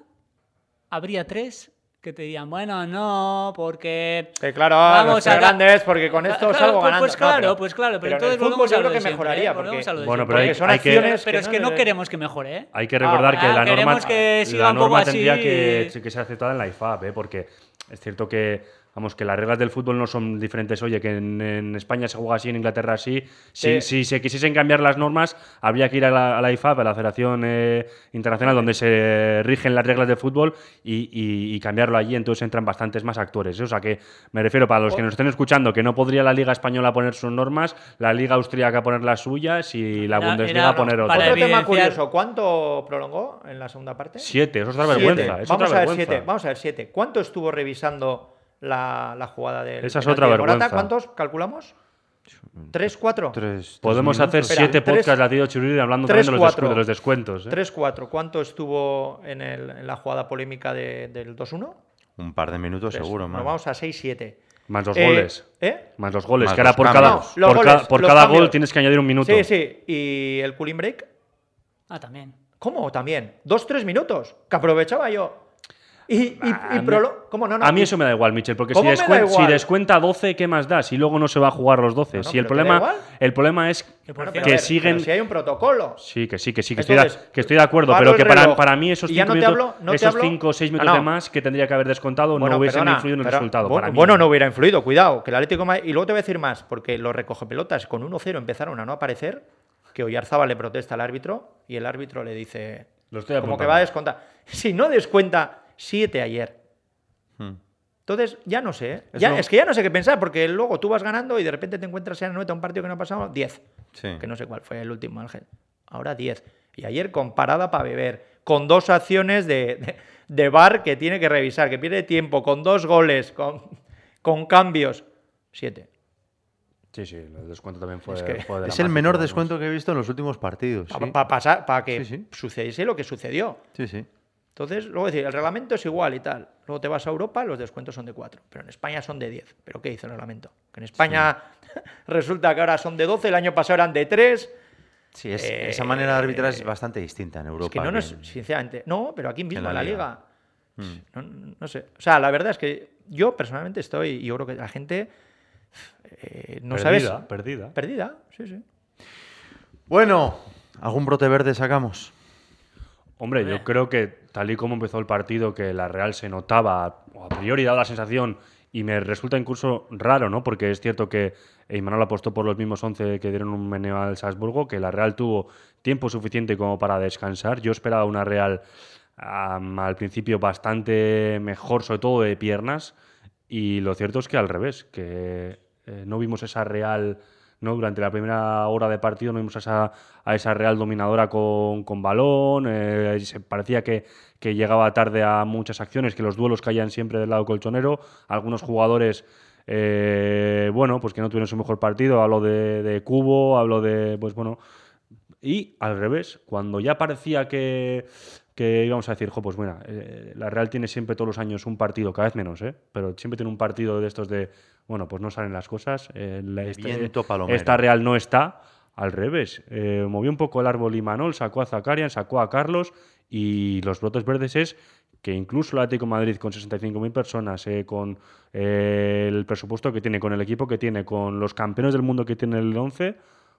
habría tres que te dirían, bueno, no, porque... Que claro, Vamos los tres a- grandes, porque con esto Claro, salgo pues- ganando. pues No, claro, pero- pues claro, pero pero en entonces el fútbol volvemos yo a lo creo de que siempre, mejoraría, ¿eh? porque, Volvemos a lo de Bueno, siempre. pero hay- porque son hay que- acciones Pero es que no queremos que mejore, ¿eh? Hay que recordar Ah, que ah, la norma, queremos que siga la un poco norma así. tendría que, que ser aceptada en la I F A B, ¿eh? Porque es cierto que, vamos, que las reglas del fútbol no son diferentes. Oye, que en, en España se juega así, en Inglaterra así. Si, Sí. si se quisiesen cambiar las normas, habría que ir a la, a la I F A B, a la Federación eh, Internacional, donde se rigen las reglas del fútbol y, y- y cambiarlo allí. Entonces entran bastantes más actores. ¿eh? O sea que me refiero, para los que nos estén escuchando, que no podría la Liga Española poner sus normas, la Liga Austríaca poner las suyas y la Era- Bundesliga era poner para otras. Otro tema evidenciar- curioso, ¿cuánto prolongó en la segunda parte? Siete, eso es otra Siete. vergüenza. Es Vamos otra a ver vergüenza. siete. Vamos a ver siete. ¿Cuánto estuvo revisando la, la jugada del Esa es penalti otra de Morata? vergüenza. ¿Cuántos calculamos? ¿Tres, cuatro? Tres- Podemos tres hacer minutos. Espera, siete tres- podcasts latido Churri hablando tres, también de los, cuatro. descu- de los descuentos. ¿eh? Tres, cuatro. ¿Cuánto estuvo en, el- en la jugada polémica de- del dos uno? Un par de minutos Tres. seguro, Bueno, man. vamos a seis, siete. Más los Eh, goles. ¿Eh? Más los goles. Más que ahora los por cambios. cada, No, los por, goles, ca- por los cada cambios. gol tienes que añadir un minuto. Sí, sí. ¿Y el cooling break? Ah, también. ¿Cómo? También. Dos, tres minutos. Que aprovechaba yo. Y, y, A y mí- prolo- ¿Cómo no? no? A mí Y- eso me da igual, Michel, porque si, ¿Cómo me da descuen- igual? si descuenta doce, ¿qué más da? Si luego no se va a jugar los doce. No, no, si el pero ¿te da problema, igual? el problema es Que por Bueno, cierto- pero que a ver, siguen. pero si hay un protocolo. Sí, que sí, que sí, que, estoy, de, Entonces, que estoy de acuerdo, paro pero el que para, reloj. para mí esos Y ya cinco no te minutos, hablo- no te esos hablo- cinco o seis Ah, minutos no. de más que tendría que haber descontado no hubiesen perdona, influido en el pero- resultado. Bueno, para mí. bueno, no hubiera influido, cuidado, que el Atlético de Madrid- Y luego te voy a decir más, porque los recogepelotas con uno cero empezaron a no aparecer, que Oyarzábal le protesta al árbitro y el árbitro le dice, Lo estoy como que apuntando. va a descontar. Si no descuenta siete ayer. Hmm. Entonces, ya no sé. ¿eh? Es Ya, lo- es que ya no sé qué pensar, porque luego tú vas ganando y de repente te encuentras en la nota un partido que no ha pasado diez. Sí. Que no sé cuál fue el último, Ángel. Ahora diez. Y ayer con parada para beber, con dos acciones de, de, de V A R que tiene que revisar, que pierde tiempo, con dos goles, con, con cambios. siete. Sí, sí, el descuento también fue. Es que- fue Es el dramático, menor vamos. descuento que he visto en los últimos partidos. Sí, Para pasar, para que Sí, sí. sucediese lo que sucedió. sí. sí. Entonces, luego decir, el reglamento es igual y tal. Luego te vas a Europa, los descuentos son de cuatro. Pero en España son de diez. ¿Pero qué dice el reglamento? Que en España resulta que ahora son de doce, el año pasado eran de tres. Sí, es, Eh, esa manera de arbitrar es bastante distinta en Europa. Es que no nos, en- sinceramente, no, pero aquí mismo la en la liga. liga. Mm. No, no sé. O sea, la verdad es que yo personalmente estoy, y yo creo que la gente eh, no perdida, sabes. perdida. Perdida, sí, sí. Bueno, ¿algún brote verde sacamos? Hombre, yo creo que tal y como empezó el partido, que la Real se notaba, o a priori daba la sensación, y me resulta incluso raro, ¿no? Porque es cierto que Imanol apostó por los mismos once que dieron un meneo al Salzburgo, que la Real tuvo tiempo suficiente como para descansar. Yo esperaba una Real um, al principio bastante mejor, sobre todo de piernas, y lo cierto es que al revés, que eh, no vimos esa Real... ¿no? Durante la primera hora de partido no vimos a esa, a esa Real dominadora con, con balón, eh, se parecía que, que llegaba tarde a muchas acciones, que los duelos caían siempre del lado colchonero, algunos jugadores, eh, bueno, pues que no tuvieron su mejor partido, hablo de, de Cubo, hablo de, pues bueno, y al revés, cuando ya parecía que, que íbamos a decir, jo, pues bueno, eh, la Real tiene siempre todos los años un partido, cada vez menos, ¿eh? Pero siempre tiene un partido de estos de, bueno, pues no salen las cosas. Eh, la, De este- viento palomero. esta Real no está, al revés. Eh, movió un poco el árbol Imanol, sacó a Zakarian, sacó a Carlos, y los brotes verdes es que incluso el Atlético de Madrid con sesenta y cinco mil personas, eh, con eh, el presupuesto que tiene, con el equipo que tiene, con los campeones del mundo que tiene el once,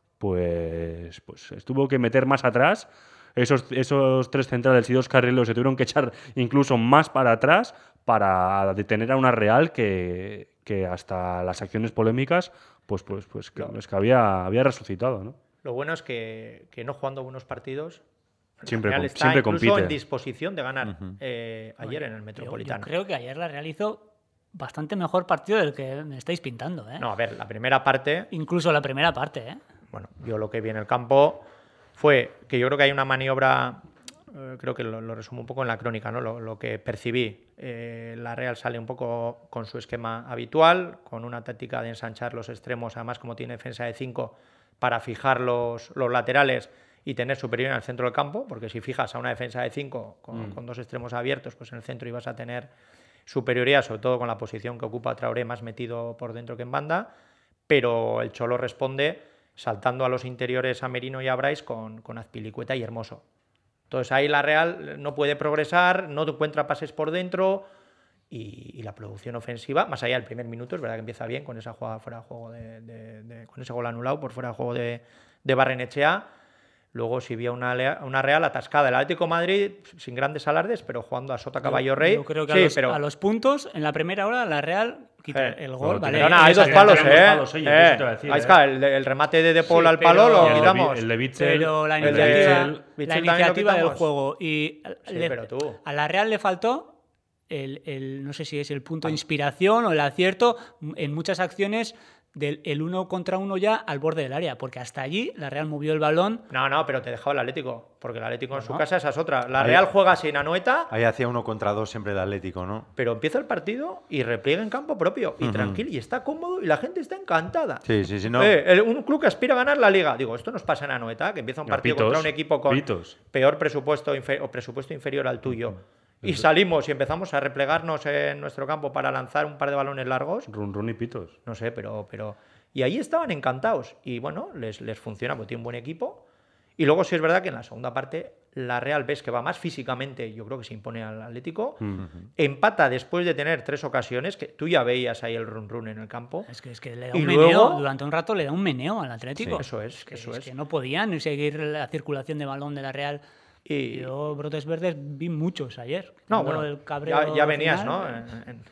pues, pues tuvo que meter más atrás. Esos, esos tres centrales y dos carrileros se tuvieron que echar incluso más para atrás para detener a una Real que, que hasta las acciones polémicas pues, pues, pues que, es que había, había resucitado, ¿no? Lo bueno es que, que no jugando buenos partidos, la Siempre Real com- está siempre incluso compite. en disposición de ganar Ujú. eh, ayer en el Yo- Metropolitano. Yo, creo que ayer la Real hizo bastante mejor partido del que me estáis pintando, ¿eh? No, a ver, la primera parte, Incluso la primera parte, ¿eh? bueno, yo lo que vi en el campo fue que yo creo que hay una maniobra, eh, creo que lo, lo resumo un poco en la crónica, ¿no? Lo, lo que percibí. Eh, la Real sale un poco con su esquema habitual, con una táctica de ensanchar los extremos, además como tiene defensa de cinco, para fijar los, los laterales y tener superior en el centro del campo, porque si fijas a una defensa de cinco con, Mm. con dos extremos abiertos, pues en el centro ibas a tener superioridad, sobre todo con la posición que ocupa Traoré más metido por dentro que en banda, pero el Cholo responde saltando a los interiores a Merino y a Brais con, con Azpilicueta y Hermoso. Entonces ahí la Real no puede progresar, no encuentra pases por dentro y, y la producción ofensiva, más allá del primer minuto, es verdad que empieza bien con esa jugada fuera de juego, de, de- de- con ese gol anulado por fuera de juego de, de Barrenechea. Luego sí vi a una, lea- una Real atascada. El Atlético de Madrid sin grandes alardes, pero jugando a Sota Caballo Rey. Yo creo que Sí, a, los, pero- a los puntos, en la primera hora, la Real quita Eh, el bueno, gol. Vale, tiene- Pero nada, hay esa- dos palos, tenemos ¿eh? palos ellos, Eh, eso te iba a decir, ahí ¿eh? está, el, de- el remate de De Paul Sí, al palo pero- lo Y el de quitamos. Vi- el de Witzel- Pero la el de iniciativa, Witzel- la Witzel también lo iniciativa del quitamos. juego y Sí, le- pero tú. a la Real le faltó el, el- no sé si es el punto de inspiración o el acierto en muchas acciones del el uno contra uno ya al borde del área, porque hasta allí la Real movió el balón. No, no, pero te dejaba el Atlético, porque el Atlético en su Bueno. casa esa es otra. La Ahí- Real juega sin Anoeta, Ahí hacía uno contra dos siempre el Atlético, ¿no? pero empieza el partido y repliega en campo propio, y Ujú. tranquilo, y está cómodo, y la gente está encantada. Sí, sí, sí, no. Eh, el- un club que aspira a ganar la Liga. Digo, esto nos pasa en Anoeta, que empieza un Ya, partido pitos, contra un equipo con pitos. peor presupuesto infe- o presupuesto inferior al tuyo. Y salimos y empezamos a replegarnos en nuestro campo para lanzar un par de balones largos. Run, run y pitos. No sé, pero, pero... Y ahí estaban encantados. Y bueno, les, les funciona porque tiene un buen equipo. Y luego sí es verdad que en la segunda parte la Real ves que va más físicamente, yo creo que se impone al Atlético. Mm. Empata después de tener tres ocasiones, que tú ya veías ahí el run run en el campo. Es que, es que le da Y un luego- meneo, durante un rato le da un meneo al Atlético. Sí, eso es, que, eso es es. que no podían seguir la circulación de balón de la Real. Y Yo, brotes verdes, vi muchos ayer. no, Viendo bueno, el cabreo ya, ya venías, final, ¿no? En- en-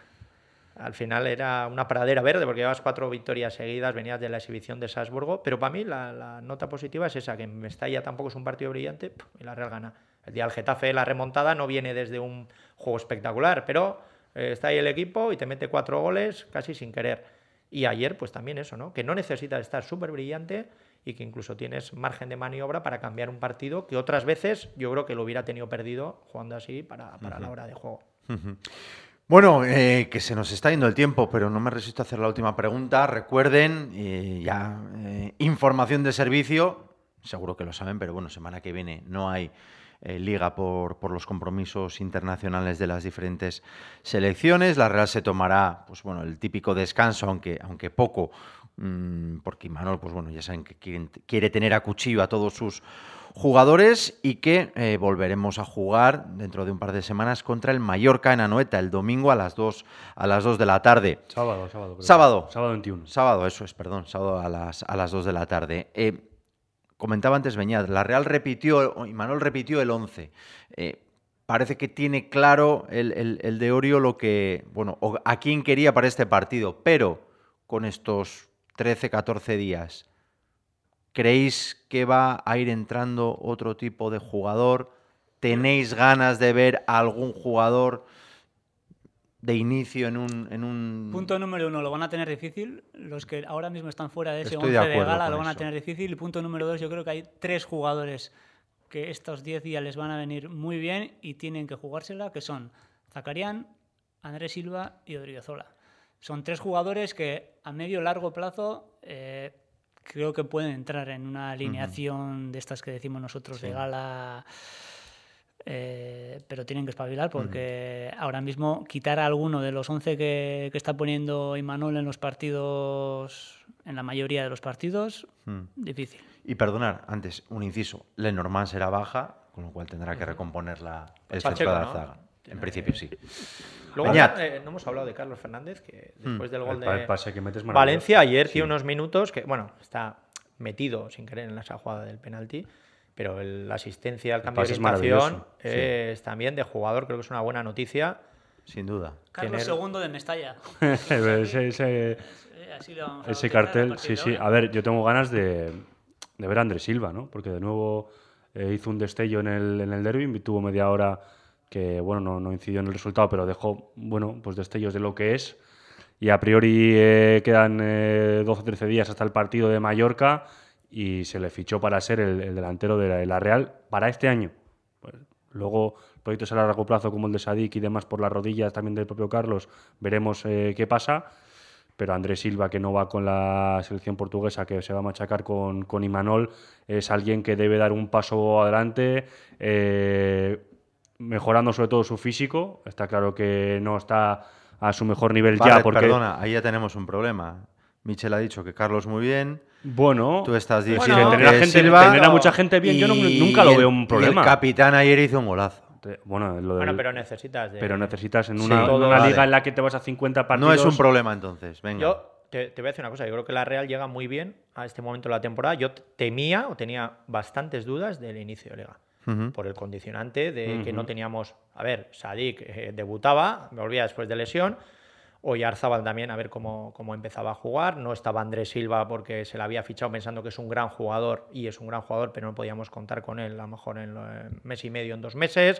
al final era una pradera verde porque llevas cuatro victorias seguidas, venías de la exhibición de Salzburgo, pero para mí la, la nota positiva es esa, que en Mestalla tampoco es un partido brillante ¡puf! Y la Real gana. El día del Getafe la remontada no viene desde un juego espectacular, pero eh, está ahí el equipo y te mete cuatro goles casi sin querer. Y ayer pues también eso, ¿no? Que no necesitas estar súper brillante y que incluso tienes margen de maniobra para cambiar un partido que otras veces yo creo que lo hubiera tenido perdido jugando así para, para la hora de juego. Ujú. Bueno, eh, que se nos está yendo el tiempo, pero no me resisto a hacer la última pregunta. Recuerden, eh, ya, eh, información de servicio, seguro que lo saben, pero bueno, semana que viene no hay eh, liga por, por los compromisos internacionales de las diferentes selecciones. La Real se tomará, pues bueno, el típico descanso, aunque, aunque poco, mmm, porque Imanol, pues bueno, ya saben que quieren, quiere tener a cuchillo a todos sus jugadores y que eh, volveremos a jugar dentro de un par de semanas contra el Mallorca en Anoeta, el domingo a las dos, a las dos de la tarde. Sábado, sábado. Creo. Sábado. Sábado veintiuno. Sábado, eso es, perdón, sábado a las, a las dos de la tarde. Eh, comentaba antes Beñat, la Real repitió, Imanol repitió el once. Eh, parece que tiene claro el, el, el de Orio lo que, bueno, a quién quería para este partido, pero con estos trece, catorce días, ¿creéis que va a ir entrando otro tipo de jugador? ¿Tenéis ganas de ver a algún jugador de inicio en un, en un... Punto número uno, lo van a tener difícil. Los que ahora mismo están fuera de ese Estoy de once de, acuerdo gala con lo van a eso. tener difícil. Y punto número dos, yo creo que hay tres jugadores que estos diez días les van a venir muy bien y tienen que jugársela, que son Zakarian, Andrés Silva y Odriozola. Son tres jugadores que a medio largo plazo eh, creo que pueden entrar en una alineación uh-huh. de estas que decimos nosotros sí. de gala, eh, pero tienen que espabilar porque uh-huh. ahora mismo quitar a alguno de los once que, que está poniendo Imanol en los partidos, en la mayoría de los partidos, uh-huh. difícil. Y perdonar, antes, un inciso, Lenormand será baja, con lo cual tendrá que recomponer la, el centro de la zaga. En principio sí. Luego eh, no hemos hablado de Carlos Fernández, que después mm. del gol el de pase que metes Valencia, ayer sí. tiene unos minutos que, bueno, está metido sin querer en esa jugada del penalti, pero el, la asistencia al cambio de orientación es, es sí. también de jugador, creo que es una buena noticia. Sin duda. Carlos Tener... segundo de Mestalla. ese ese, Así lo vamos a ese cartel, sí, sí. A ver, yo tengo ganas de, de ver a Andrés Silva, ¿no? Porque de nuevo eh, hizo un destello en el, en el derbi, tuvo media hora que bueno, no, no incidió en el resultado, pero dejó bueno, pues destellos de lo que es. Y a priori eh, quedan eh, doce o trece días hasta el partido de Mallorca y se le fichó para ser el, el delantero de la, de la Real para este año. Pues, luego, proyectos a largo plazo como el de Sadik y demás por las rodillas también del propio Carlos, veremos eh, qué pasa. Pero Andrés Silva, que no va con la selección portuguesa, que se va a machacar con, con Imanol, es alguien que debe dar un paso adelante, eh, mejorando sobre todo su físico. Está claro que no está a su mejor nivel vale, ya. Porque... Perdona, ahí ya tenemos un problema. Michel ha dicho que Carlos muy bien. Bueno, tú estás diciendo bueno, tener, a gente, Silva, tener a mucha gente bien, yo no, nunca lo veo un problema. Y el capitán ayer hizo un golazo. Bueno, lo bueno del, pero necesitas de... pero necesitas en una, sí, en una vale. liga en la que te vas a cincuenta partidos. No es un problema entonces, venga. Yo te, te voy a decir una cosa, yo creo que la Real llega muy bien a este momento de la temporada. Yo temía o tenía bastantes dudas del inicio de liga. Uh-huh. Por el condicionante de uh-huh. que no teníamos... A ver, Sadik eh, debutaba, volvía después de lesión. Oyarzábal también, a ver cómo, cómo empezaba a jugar. No estaba Andrés Silva porque se le había fichado pensando que es un gran jugador, y es un gran jugador, pero no podíamos contar con él a lo mejor en un mes y medio, en dos meses.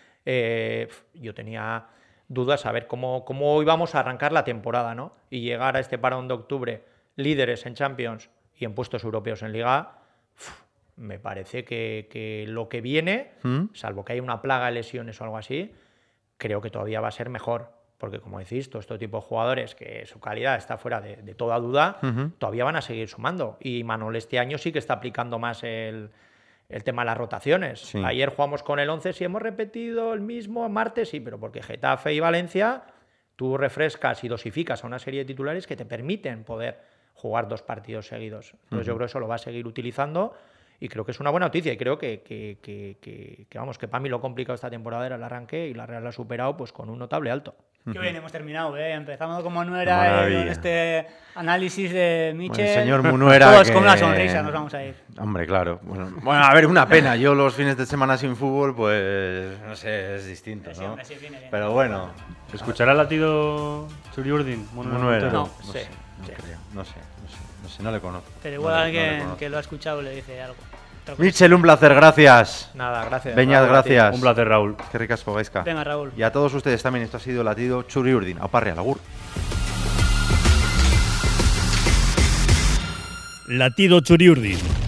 Eh, yo tenía dudas a ver cómo, cómo íbamos a arrancar la temporada, ¿no? Y llegar a este parón de octubre líderes en Champions y en puestos europeos en Liga, uf, me parece que, que lo que viene, ¿Mm? salvo que haya una plaga de lesiones o algo así, creo que todavía va a ser mejor. Porque, como decís, todo este tipo de jugadores que su calidad está fuera de, de toda duda, uh-huh. todavía van a seguir sumando. Y Imanol este año sí que está aplicando más el, el tema de las rotaciones. Sí. Ayer jugamos con el once, si hemos repetido el mismo martes, sí, pero porque Getafe y Valencia, tú refrescas y dosificas a una serie de titulares que te permiten poder jugar dos partidos seguidos. Entonces uh-huh. yo creo que eso lo va a seguir utilizando. Y creo que es una buena noticia, y creo que, que, que, que, que vamos, que para mí lo complicado esta temporada era el arranque, y la Real lo ha superado pues con un notable alto. Qué bien, hemos terminado, ¿eh? Empezamos como Munuera en este análisis de Michel. Bueno, señor Munuera. Todos que... con una sonrisa nos vamos a ir. Hombre, claro. Bueno, bueno, a ver, una pena. Yo los fines de semana sin fútbol, pues no sé, es distinto, ¿no? Sí, hombre, sí, viene bien. Pero bueno. ¿Escuchará el latido Churiurdin? Munuera. No, no sé. Sí. No, sí. creo, no sé, no sé, no sé, no le conozco. Pero igual no alguien no que lo ha escuchado le dice algo. Michel, un placer, gracias. Nada, gracias. Beñat, gracias. Un placer, Raúl. Qué ricasco, Gaizka. Venga, Raúl. Y a todos ustedes también, esto ha sido Latido Churiurdin. Auparre, alagur. Latido Churiurdin.